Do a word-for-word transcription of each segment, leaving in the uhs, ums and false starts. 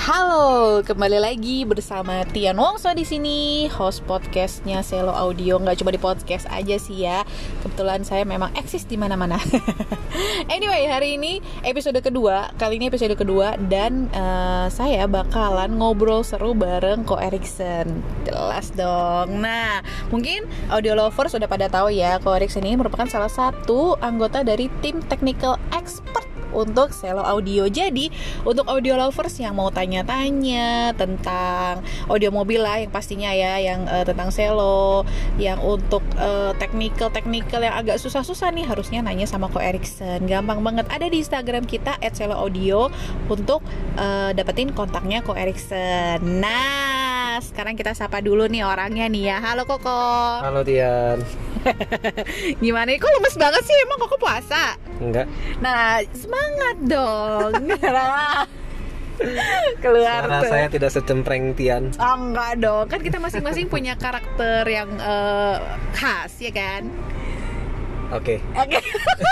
Halo, kembali lagi bersama Tian Wongso di sini, host podcastnya Selo Audio. Nggak cuma di podcast aja sih ya. Kebetulan saya memang eksis di mana-mana. Anyway, hari ini episode kedua. Kali ini episode kedua dan uh, saya bakalan ngobrol seru bareng Ko Erikson. Jelas dong. Nah, mungkin audio lovers sudah pada tahu ya, Ko Erikson ini merupakan salah satu anggota dari tim technical expert untuk Selo Audio. Jadi untuk audio lovers yang mau tanya-tanya tentang audio mobil lah, yang pastinya ya, yang uh, tentang Selo, yang untuk uh, technical-technical yang agak susah-susah nih, harusnya nanya sama Ko Erikson. Gampang banget, ada di Instagram kita et selo audio untuk uh, dapetin kontaknya Ko Erikson. Nah, sekarang kita sapa dulu nih orangnya nih ya. Halo Koko. Halo Tian. Gimana nih? Kok lemes banget sih? Emang Koko puasa? Enggak. Nah, semangat dong. Keluar Suara tuh. saya tidak secempreng Tian. Oh, enggak dong. Kan kita masing-masing punya karakter yang uh, khas, ya kan? Oke. Oke.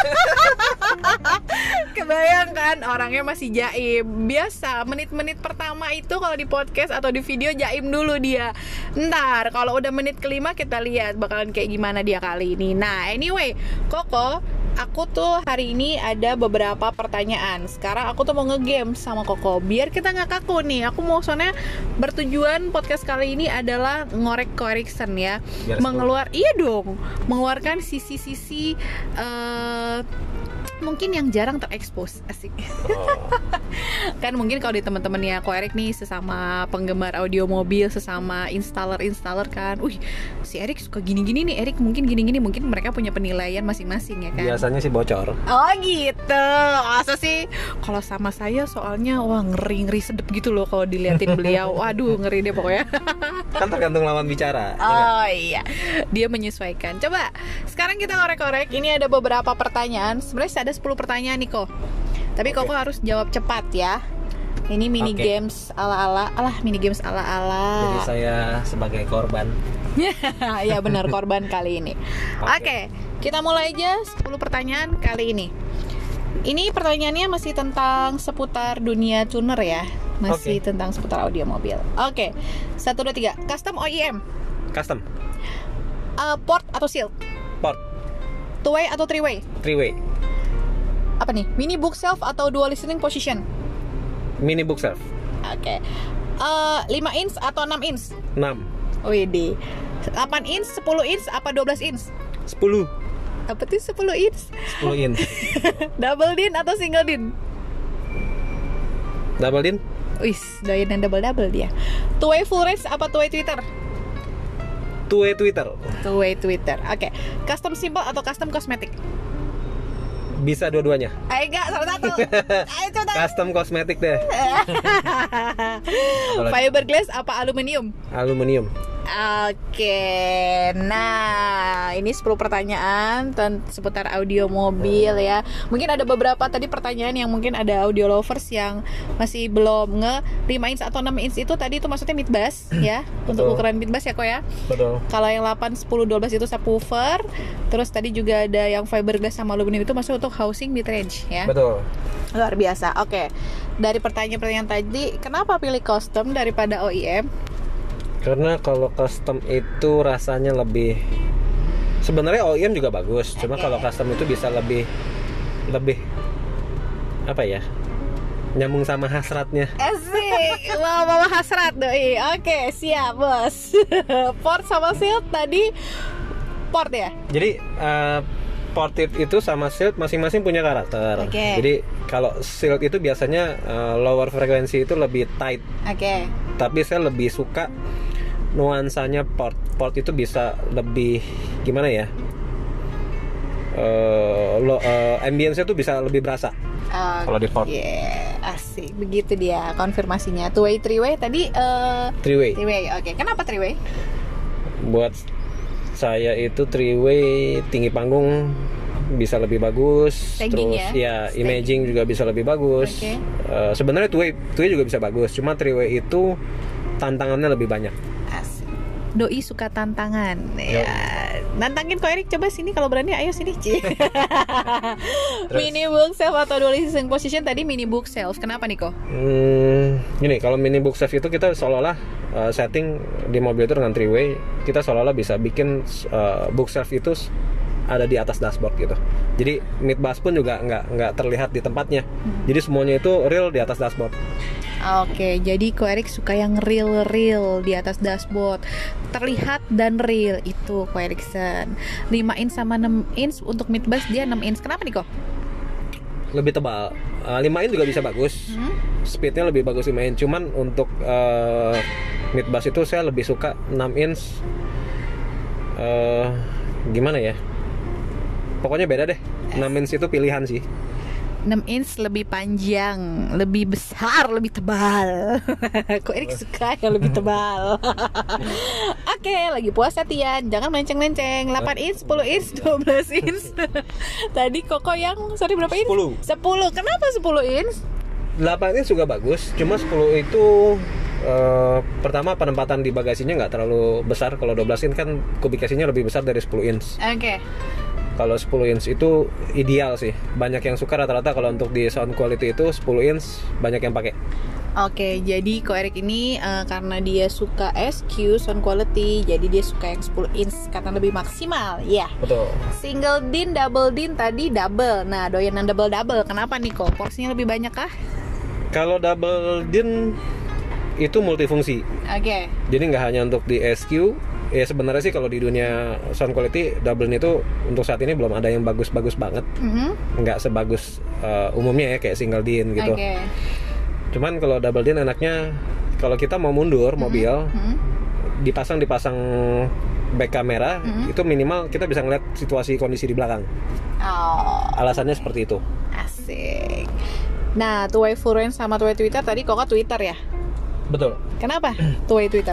Kebayang kan orangnya masih jaim. Biasa menit-menit pertama itu kalau di podcast atau di video jaim dulu dia. Ntar kalau udah menit kelima kita lihat bakalan kayak gimana dia kali ini. Nah, anyway, Koko, aku tuh hari ini ada beberapa pertanyaan. Sekarang aku tuh mau nge-game sama Koko biar kita nggak kaku nih. Aku mau soalnya bertujuan podcast kali ini adalah ngorek Ko Erikson ya. Biar Mengeluar, iya dong, mengeluarkan sisi-sisi uh, mungkin yang jarang terekspos, asik. Oh. Kan mungkin kalau di teman-temannya Ko Erik nih, sesama penggemar audio mobil, sesama installer-installer kan, wih si Erik suka gini-gini nih, Erik mungkin gini-gini, mungkin mereka punya penilaian masing-masing ya kan. Biasanya sih bocor. Oh gitu, masa sih? Kalau sama saya soalnya wah ngeri-ngeri sedep gitu loh kalau diliatin beliau. Waduh ngeri deh pokoknya. Kan tergantung lawan bicara. Oh iya, dia menyesuaikan. Coba sekarang kita ngorek-ngorek. Ini ada beberapa pertanyaan. Sebenarnya ada sepuluh pertanyaan nih Ko. Tapi Oke. Koko harus jawab cepat ya. Ini mini Oke. games ala-ala. Alah, mini games ala-ala. Jadi saya sebagai korban. Ya benar, korban kali ini. Oke, Oke. kita mulai aja sepuluh pertanyaan kali ini. Ini pertanyaannya masih tentang seputar dunia tuner ya. Masih Oke. tentang seputar audio mobil. Oke, satu, dua, tiga. Custom O E M, Custom. uh, port atau shield, Port. two way atau three way, Three way. apa nih, mini book shelf atau dual listening position. Mini bookshelf. Oke, uh, lima inch atau enam inch. enam. Wih, delapan inch, sepuluh inch apa dua belas inch. sepuluh. Apa tuh sepuluh inch? sepuluh inch. Double din atau single din? Double din. Wih, doyan yang double-double dia. Two way full range apa two way Twitter? Two way Twitter. Two way Twitter. Oke, custom simple atau custom cosmetic? Bisa dua-duanya. Ayo enggak, salah satu. Ayo coba. Custom kosmetik deh. Fiberglass apa aluminium? Aluminium. Oke, nah ini sepuluh pertanyaan tentang seputar audio mobil ya. Mungkin ada beberapa tadi pertanyaan yang mungkin ada audio lovers yang masih belum nge lima inch atau enam inch itu tadi itu maksudnya mid bass ya. Untuk Betul. ukuran mid bass ya kok ya. Betul. Kalau yang delapan, sepuluh, dua belas itu subwoofer. Terus tadi juga ada yang fiberglass sama aluminium itu masuk untuk housing mid range ya. Betul. Luar biasa. Oke. Dari pertanyaan-pertanyaan tadi, kenapa pilih custom daripada O E M? Karena kalau custom itu rasanya lebih, sebenarnya O E M juga bagus, cuma Oke. kalau custom itu bisa lebih lebih apa ya, nyambung sama hasratnya. Asik, wow, bawa hasrat doi. Oke, siap bos. Port sama shield tadi port ya? Jadi uh, ported itu sama shield masing-masing punya karakter. Oke. Jadi kalau shield itu biasanya uh, lower frekuensi itu lebih tight, Oke. tapi saya lebih suka nuansanya port. Port itu bisa lebih gimana ya? Uh, lo, uh, ambience-nya tuh bisa lebih berasa. Kalau di port. Yeah, asik. Begitu dia konfirmasinya. Two way, three way tadi uh, Three way. three way. Oke, kenapa three way? Buat saya itu three way, tinggi panggung bisa lebih bagus, Staging terus ya? ya imaging juga bisa lebih bagus. Oke. Uh, sebenarnya two way, two way juga bisa bagus, cuma three way itu tantangannya lebih banyak. Asik. Doi suka tantangan ya. Nantangin Ko Erik, coba sini kalau berani, ayo sini. Mini bookshelf atau dual listening position tadi mini bookshelf. Kenapa nih Ko? Hmm, gini, kalau mini bookshelf itu kita seolah-olah uh, setting di mobil itu dengan three way, kita seolah-olah bisa bikin uh, bookshelf itu ada di atas dashboard gitu. Jadi mid bus pun juga nggak nggak terlihat di tempatnya. Hmm. Jadi semuanya itu real di atas dashboard. Oke, jadi Ko Erik suka yang real-real di atas dashboard, terlihat dan real itu Ko Erikson. lima inch sama enam inch untuk mid bus, dia enam inch. Kenapa nih Ko? Lebih tebal. Uh, lima inch juga bisa bagus. Hmm? Speednya lebih bagus lima inch. Cuman untuk uh, mid bus itu saya lebih suka enam inch. Uh, gimana ya? Pokoknya beda deh. enam inch itu pilihan sih. enam inch lebih panjang, lebih besar, lebih tebal. Ko Erik suka yang lebih tebal. Oke, lagi puasa Tian, jangan melenceng-lenceng. delapan inch, sepuluh inch, dua belas inch. Tadi Koko yang sorry berapa inch? sepuluh. sepuluh. Kenapa sepuluh inch? delapan inch juga bagus, cuma sepuluh itu uh, pertama penempatan di bagasinya nggak terlalu besar. Kalau dua belas inch kan kubikasinya lebih besar dari sepuluh inch. Oke. Okay. Kalau sepuluh inch itu ideal sih. Banyak yang suka rata-rata kalau untuk di sound quality itu sepuluh inch banyak yang pakai. Oke, jadi Ko Erik ini uh, karena dia suka S Q sound quality, jadi dia suka yang sepuluh inch karena lebih maksimal. Ya. Yeah. Betul. Single din, double din tadi double. Nah, doyanan double-double. Kenapa nih Ko? Porsinya lebih banyak kah? Kalau double din itu multifungsi. Oke. Okay. Jadi nggak hanya untuk di S Q. Ya sebenarnya sih kalau di dunia sound quality double din itu untuk saat ini belum ada yang bagus-bagus banget. Mm-hmm. Nggak sebagus uh, umumnya ya kayak single din gitu. Okay. Cuman kalau double din enaknya kalau kita mau mundur mm-hmm. mobil mm-hmm. dipasang dipasang back kamera mm-hmm. itu minimal kita bisa ngeliat situasi kondisi di belakang. Oh. Alasannya seperti itu. Asik. Nah, two way full range sama two way Twitter tadi kok Twitter ya? Betul. Kenapa two way Twitter?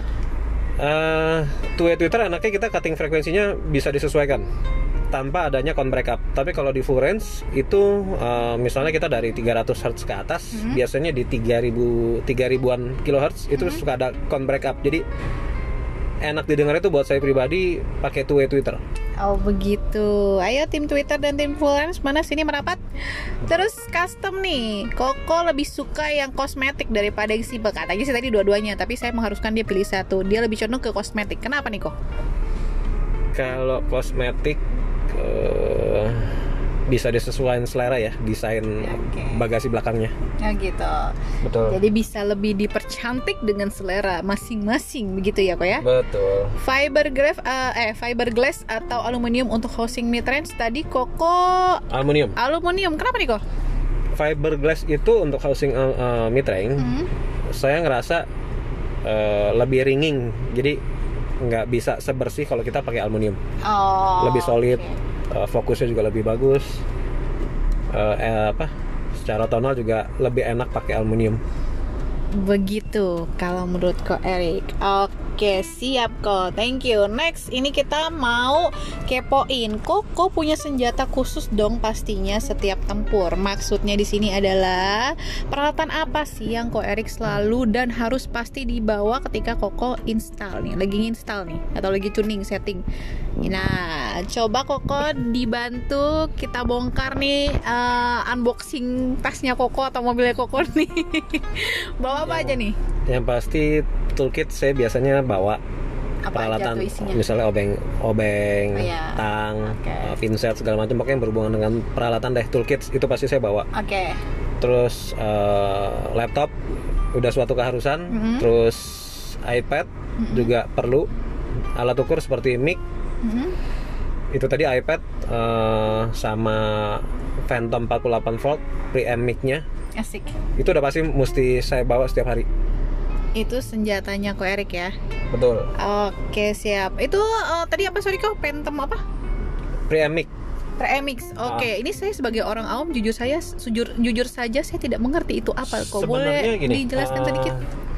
Uh, two way Twitter enaknya kita cutting frekuensinya bisa disesuaikan tanpa adanya con breakup. Tapi kalau di full range itu uh, misalnya kita dari tiga ratus hertz ke atas, mm-hmm. biasanya di tiga ribu tiga ribuan kilohertz itu mm-hmm. suka ada con breakup. Jadi enak didengar itu buat saya pribadi pakai two way Twitter. Oh begitu. Ayo tim Twitter dan tim full range mana sini merapat. Terus custom nih, Koko lebih suka yang kosmetik daripada yang simple. Katanya sih tadi dua-duanya, tapi saya mengharuskan dia pilih satu. Dia lebih condong ke kosmetik. Kenapa nih Ko? Kalau kosmetik uh, bisa disesuaikan selera ya, desain okay. bagasi belakangnya. Ya gitu. Betul. Jadi bisa lebih dipercantik dengan selera masing-masing begitu ya Ko ya? Betul. Fiberglass uh, eh fiberglass atau aluminium untuk housing mid-range tadi Koko aluminium. Aluminium. Kenapa nih Ko? Fiberglass itu untuk housing uh, uh, mid-range. Mm-hmm. Saya ngerasa uh, lebih ringing. Jadi nggak bisa sebersih kalau kita pakai aluminium. Oh. Lebih solid. Okay. Uh, fokusnya juga lebih bagus, uh, eh, apa? Secara tonal juga lebih enak pakai aluminium. Begitu kalau menurut Ko Erik. Oke, siap Ko. Thank you. Next, ini kita mau kepoin. Koko punya senjata khusus dong pastinya setiap tempur. Maksudnya di sini adalah peralatan apa sih yang Ko Erik selalu dan harus pasti dibawa ketika Koko install nih, lagi install nih atau lagi tuning setting. Nah, coba Koko dibantu kita bongkar nih uh, unboxing tasnya Koko atau mobilnya Koko nih. Bawa apa yang, aja nih? Yang pasti toolkit saya biasanya bawa apa peralatan misalnya obeng, obeng, oh, iya. tang, okay. uh, pinset segala macam pokoknya yang berhubungan dengan peralatan deh toolkit itu pasti saya bawa. Oke. Okay. Terus uh, laptop udah suatu keharusan, mm-hmm. terus iPad mm-hmm. juga perlu, alat ukur seperti mic, mm-hmm. itu tadi iPad uh, sama Phantom empat puluh delapan volt preamp mic-nya. Asik. Itu udah pasti mesti saya bawa setiap hari. Itu senjatanya Ko Erik ya. Betul. Oke siap. Itu uh, tadi apa sorry kok Phantom apa? Preamp mic. Preamp mic. Oke. Ah. Ini saya sebagai orang awam jujur saya jujur jujur saja saya tidak mengerti itu apa. Kok boleh gini, dijelaskan uh, sedikit?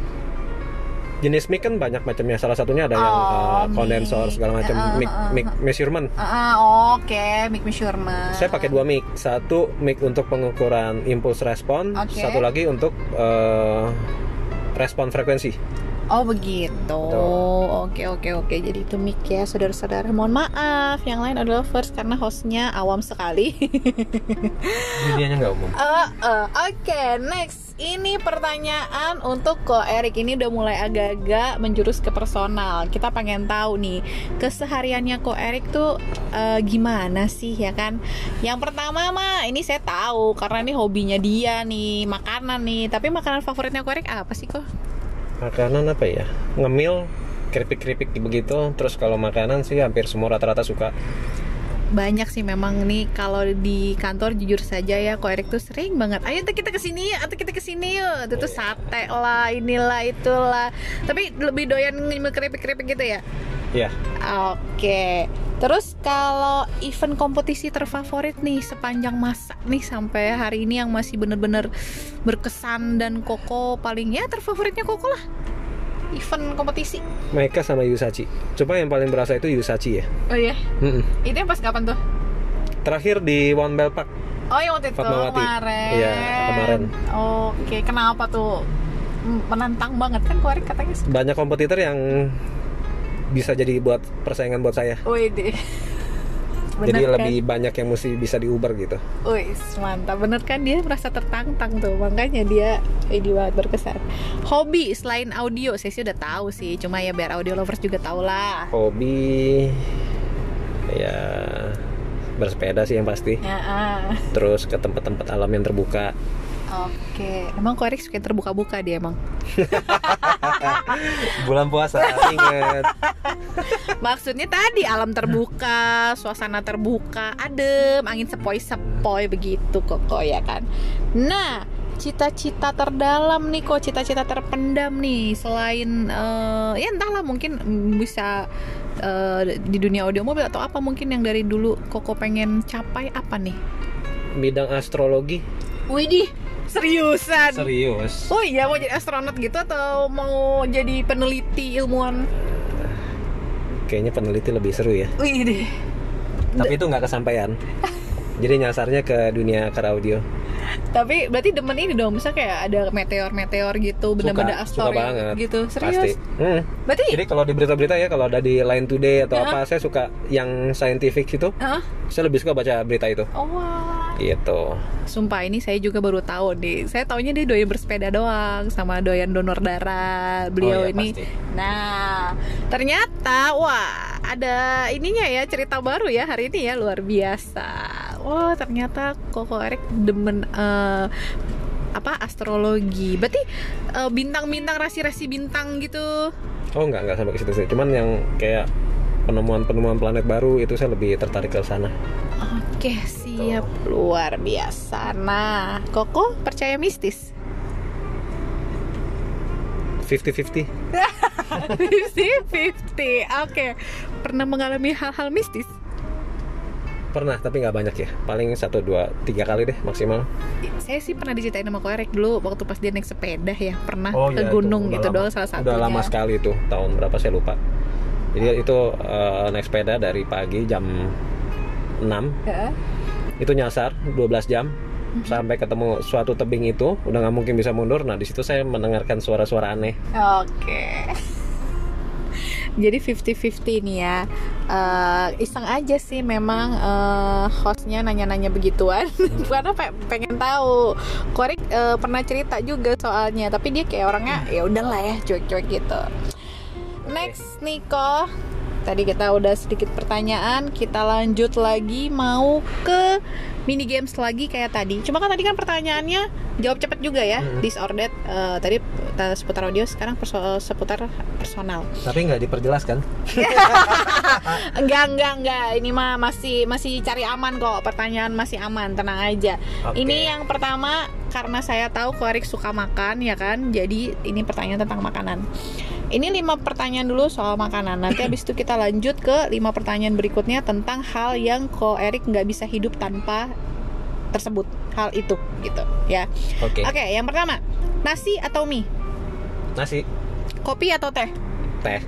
Jenis mic kan banyak macamnya. Salah satunya ada oh, yang uh, kondensor segala macam. Uh, mic, uh, mic measurement. Uh, uh, Oke, okay. mic measurement. Saya pakai dua mic. Satu mic untuk pengukuran impulse respon. Okay. Satu lagi untuk uh, respon frekuensi. Oh begitu. Betul. Oke oke oke. Jadi itu mic ya saudara-saudara. Mohon maaf. Yang lain adalah first karena hostnya awam sekali. Dunianya nggak umum. Uh, uh, Oke okay, next. Ini pertanyaan untuk Ko Erik. Ini udah mulai agak-agak menjurus ke personal. Kita pengen tahu nih kesehariannya Ko Erik tuh uh, gimana sih ya kan. Yang pertama mah ini saya tahu karena ini hobinya dia nih, makanan nih. Tapi makanan favoritnya Ko Erik apa sih kok? Makanan apa ya? Ngemil, keripik-keripik begitu. Terus kalau makanan sih hampir semua rata-rata suka. Banyak sih memang nih kalau di kantor jujur saja ya Ko Erik tuh sering banget. Ayo tuh kita kesini ya, atau kita kesini yuk. Itu tuh sate lah, inilah itulah. Tapi lebih doyan ngemil keripik-keripik gitu ya? Iya. Oke. Terus kalau event kompetisi terfavorit nih sepanjang masa nih sampai hari ini yang masih bener-bener berkesan dan Koko paling ya terfavoritnya Koko lah. Event kompetisi. Maika sama Yusachi. Coba yang paling berasa itu Yusachi ya. Oh iya. Mm-mm. Itu yang pas kapan tuh? Terakhir di One Bell Park. Oh yang waktu itu Fatmawati. kemarin. Iya kemarin. Oke, kenapa tuh? Menantang banget kan Ko Erik katanya. Banyak kompetitor yang bisa jadi buat persaingan buat saya. Wih deh. Jadi kan? lebih banyak yang mesti bisa diuber gitu. Wih mantap, bener kan dia merasa tertantang tuh, makanya dia ini banget berkesan. Hobi selain audio, saya sih udah tahu sih, cuma ya biar audio lovers juga tahu lah. Hobi ya bersepeda sih yang pasti. Ya, ah. Terus ke tempat-tempat alam yang terbuka. Oke, emang Ko Erik suka yang terbuka-buka dia emang. Bulan puasa inget. Maksudnya tadi alam terbuka, suasana terbuka, adem, angin sepoi-sepoi begitu Koko ya kan. Nah, cita-cita terdalam nih kok, cita-cita terpendam nih selain uh, ya entahlah mungkin bisa uh, di dunia audio mobil atau apa mungkin yang dari dulu Koko pengen capai apa nih? Bidang astrologi. Widih, seriusan? Serius. Oh iya, mau jadi astronot gitu atau mau jadi peneliti ilmuwan? Kayaknya peneliti lebih seru ya. Widih. Tapi itu nggak kesampaian. Jadi nyasarnya ke dunia car audio. Tapi berarti demen ini dong, misalnya kayak ada meteor-meteor gitu, benda-benda Suka, suka asteroid banget. gitu. Serius? Pasti. Hmm. Berarti Jadi kalau di berita-berita ya, kalau ada di Line Today atau uh-huh. apa, saya suka yang scientific gitu. uh-huh. Saya lebih suka baca berita itu. Oh wah. Gitu. Sumpah ini saya juga baru tahu nih. Saya taunya dia doyan bersepeda doang sama doyan donor darah. Beliau Oh, iya, ini. pasti. Nah, ternyata wah, ada ininya ya, cerita baru ya hari ini ya, luar biasa. Wah, ternyata Koko Erik demen uh, apa astrologi. Berarti uh, bintang-bintang, rasi-rasi bintang gitu. Oh enggak, enggak sampai ke situ sih. Cuman yang kayak penemuan-penemuan planet baru itu saya lebih tertarik ke sana. Oke, siap. Luar biasa. Nah, Koko percaya mistis? fifty-fifty. fifty-fifty. Oke. Pernah mengalami hal-hal mistis? Pernah, tapi nggak banyak ya. Paling satu, dua, tiga kali deh maksimal. Saya sih pernah diceritain sama Ko Erik dulu waktu pas dia naik sepeda ya, pernah Oh, ke iya, gunung itu gitu udah doang lama. salah satunya. Udah lama sekali itu, tahun berapa saya lupa. Jadi itu uh, naik sepeda dari pagi jam enam. Heeh. Itu nyasar dua belas jam sampai ketemu suatu tebing itu, udah nggak mungkin bisa mundur. Nah, di situ saya mendengarkan suara-suara aneh. Oke. Jadi fifty-fifty nih ya. Uh, iseng aja sih memang uh, hostnya nanya-nanya begituan. Karena pe- pengen tahu. Ko Erik uh, pernah cerita juga soalnya, tapi dia kayak orangnya ya udahlah ya, cuek-cuek gitu. Next Niko. Tadi kita udah sedikit pertanyaan, kita lanjut lagi mau ke mini games lagi kayak tadi. Cuma kan tadi kan pertanyaannya jawab cepat juga ya, hmm. this or that. Uh, tadi uh, seputar audio, sekarang perso- seputar personal. Tapi nggak diperjelaskan. enggak enggak enggak. Ini mah masih masih cari aman kok. Pertanyaan masih aman, tenang aja. Okay. Ini yang pertama karena saya tahu Ko Erik suka makan ya kan. Jadi ini pertanyaan tentang makanan. Ini lima pertanyaan dulu soal makanan. Nanti habis itu kita lanjut ke lima pertanyaan berikutnya tentang hal yang Ko Erik nggak bisa hidup tanpa tersebut hal itu gitu ya. Oke. Okay. Oke, okay, yang pertama, nasi atau mie? Nasi. Kopi atau teh? Teh.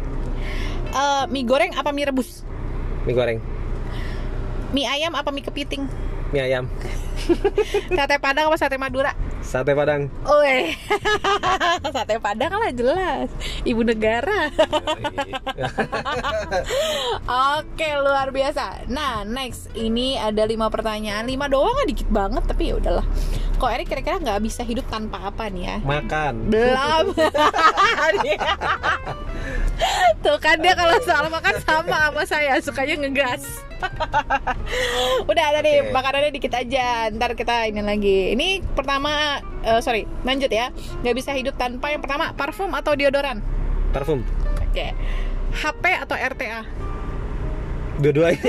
Uh, mie goreng apa mie rebus? Mie goreng. Mie ayam apa mie kepiting? Mie ayam. Sate Padang apa sate Madura? Sate Padang. Oke. Sate Padang lah jelas. Ibu negara. Oke, luar biasa. Nah, next ini ada lima pertanyaan. Lima doang nggak dikit banget, tapi ya udahlah. Kok Erik kira-kira nggak bisa hidup tanpa apa nih ya? Makan. Belum. Tuh kan dia kalau soal makan sama sama saya, sukanya ngegas. Udah ada nih, okay. Makanannya dikit aja. Ntar kita ini lagi. Ini pertama, uh, sorry, lanjut ya. Nggak bisa hidup tanpa yang pertama, parfum atau deodoran? Parfum. Oke. Okay. H P atau R T A? Dua-duanya.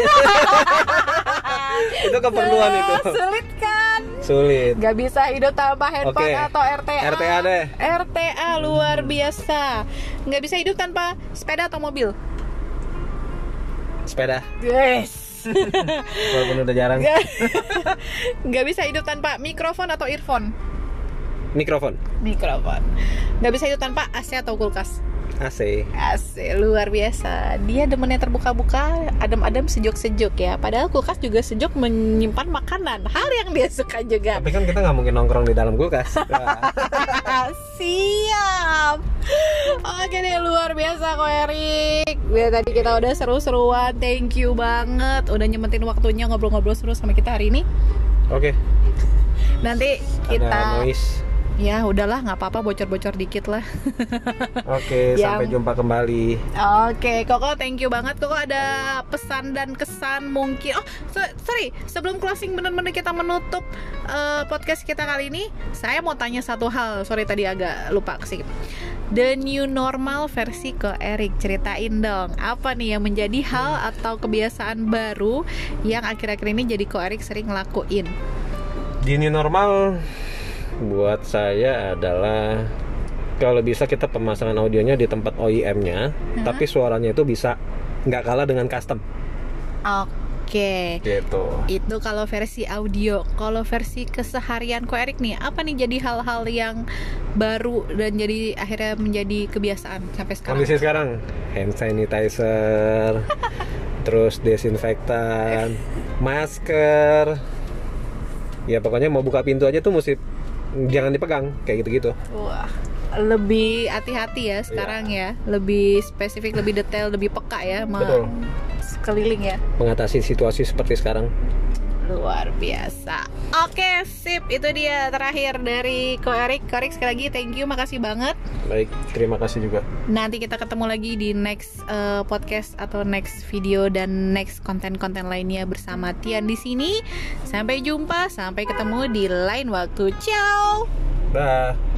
Itu keperluan itu. Sulit kan? Sulit. Gak bisa hidup tanpa handphone okay. atau R T A. R T A deh. R T A luar biasa. Gak bisa hidup tanpa sepeda atau mobil. Sepeda. Yes. Walaupun udah jarang. Gak bisa hidup tanpa mikrofon atau earphone. Mikrofon. Mikrofon. Gak bisa hidup tanpa A C atau kulkas. A C. A C luar biasa. Dia demennya terbuka-buka, adem-adem, sejuk-sejuk ya. Padahal kulkas juga sejuk menyimpan makanan. Hal yang dia suka juga. Tapi kan kita nggak mungkin nongkrong di dalam kulkas. Siap. Oke deh, luar biasa kok Erik. Ya, tadi kita udah seru-seruan. Thank you banget udah nyempetin waktunya ngobrol-ngobrol seru sama kita hari ini. Oke. Nanti kita ada noise. Ya udahlah, nggak apa-apa, bocor-bocor dikit lah. Oke, Yang... sampai jumpa kembali. Oke, Koko, thank you banget. Koko ada pesan dan kesan mungkin. Oh, so, sorry, sebelum closing bener-bener kita menutup uh, podcast kita kali ini, saya mau tanya satu hal. Sorry tadi agak lupa sih. The new normal versi Ko Erik, ceritain dong. Apa nih yang menjadi hal atau kebiasaan baru yang akhir-akhir ini jadi Ko Erik sering ngelakuin? Di new normal buat saya adalah kalau bisa kita pemasangan audionya di tempat O E M-nya, hmm? tapi suaranya itu bisa nggak kalah dengan custom. Oke. Gitu. Itu kalau versi audio. Kalau versi keseharian Ko Erik nih, apa nih jadi hal-hal yang baru dan jadi akhirnya menjadi kebiasaan sampai sekarang? Kondisi sekarang hand sanitizer, terus desinfektan, masker. Ya pokoknya mau buka pintu aja tuh mesti jangan dipegang, kayak gitu-gitu. Wah, lebih hati-hati ya sekarang ya. ya. Lebih spesifik, lebih detail, lebih peka ya sama Betul. sekeliling ya. Mengatasi situasi seperti sekarang. Luar biasa. Oke, sip. Itu dia terakhir dari Ko Erik. Ko Erik sekali lagi thank you, makasih banget. Baik, terima kasih juga. Nanti kita ketemu lagi di next uh, podcast atau next video dan next konten-konten lainnya bersama Tian di sini. Sampai jumpa, sampai ketemu di lain waktu. Ciao. Bye.